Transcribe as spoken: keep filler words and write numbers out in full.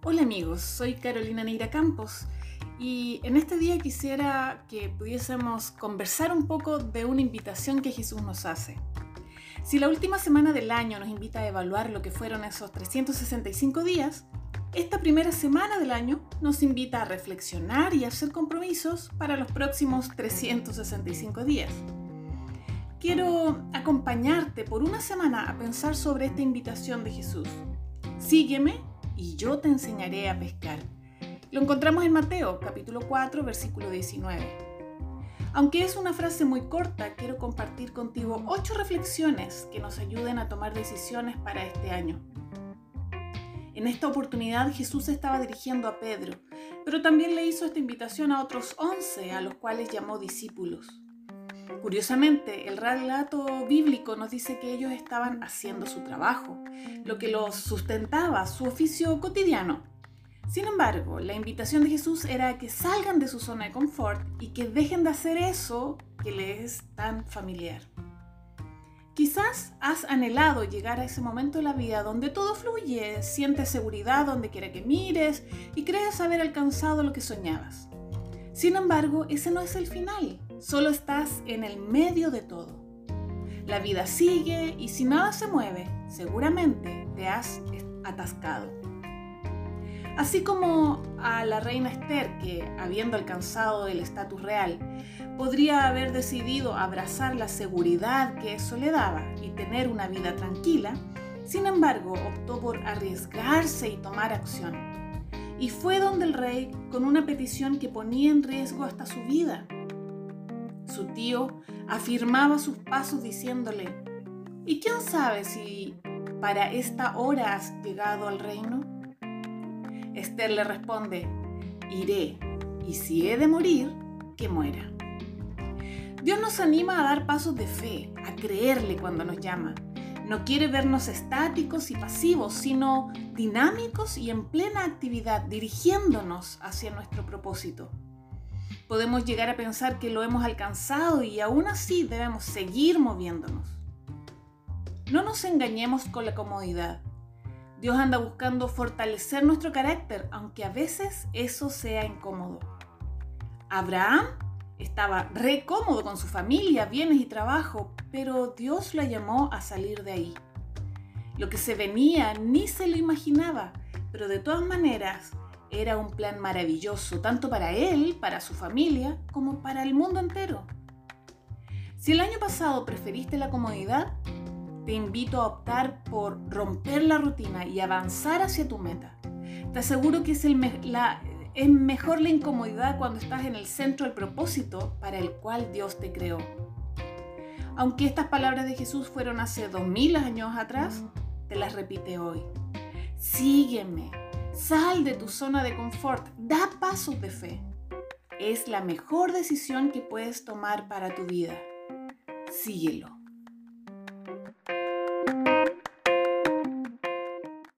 Hola amigos, soy Carolina Neira Campos y en este día quisiera que pudiésemos conversar un poco de una invitación que Jesús nos hace. Si la última semana del año nos invita a evaluar lo que fueron esos trescientos sesenta y cinco días, esta primera semana del año nos invita a reflexionar y a hacer compromisos para los próximos trescientos sesenta y cinco días. Quiero acompañarte por una semana a pensar sobre esta invitación de Jesús. Sígueme y yo te enseñaré a pescar. Lo encontramos en Mateo, capítulo cuatro, versículo diecinueve. Aunque es una frase muy corta, quiero compartir contigo ocho reflexiones que nos ayuden a tomar decisiones para este año. En esta oportunidad Jesús estaba dirigiendo a Pedro, pero también le hizo esta invitación a otros once, a los cuales llamó discípulos. Curiosamente, el relato bíblico nos dice que ellos estaban haciendo su trabajo, lo que los sustentaba, su oficio cotidiano. Sin embargo, la invitación de Jesús era que salgan de su zona de confort y que dejen de hacer eso que les es tan familiar. Quizás has anhelado llegar a ese momento de la vida donde todo fluye, sientes seguridad donde quiera que mires y crees haber alcanzado lo que soñabas. Sin embargo, ese no es el final, solo estás en el medio de todo. La vida sigue y si nada se mueve, seguramente te has atascado. Así como a la reina Esther, que habiendo alcanzado el estatus real, podría haber decidido abrazar la seguridad que eso le daba y tener una vida tranquila, sin embargo optó por arriesgarse y tomar acción. Y fue donde el rey con una petición que ponía en riesgo hasta su vida. Su tío afirmaba sus pasos diciéndole: ¿y quién sabe si para esta hora has llegado al reino? Esther le responde: iré, y si he de morir, que muera. Dios nos anima a dar pasos de fe, a creerle cuando nos llama. No quiere vernos estáticos y pasivos, sino dinámicos y en plena actividad, dirigiéndonos hacia nuestro propósito. Podemos llegar a pensar que lo hemos alcanzado y aún así debemos seguir moviéndonos. No nos engañemos con la comodidad. Dios anda buscando fortalecer nuestro carácter, aunque a veces eso sea incómodo. Abraham estaba re cómodo con su familia, bienes y trabajo, pero Dios lo llamó a salir de ahí. Lo que se venía ni se lo imaginaba, pero de todas maneras era un plan maravilloso, tanto para él, para su familia, como para el mundo entero. Si el año pasado preferiste la comodidad, te invito a optar por romper la rutina y avanzar hacia tu meta. Te aseguro que es, el me- la, es mejor la incomodidad cuando estás en el centro del propósito para el cual Dios te creó. Aunque estas palabras de Jesús fueron hace dos mil años atrás, te las repite hoy. Sígueme, sal de tu zona de confort, da pasos de fe. Es la mejor decisión que puedes tomar para tu vida. Síguelo.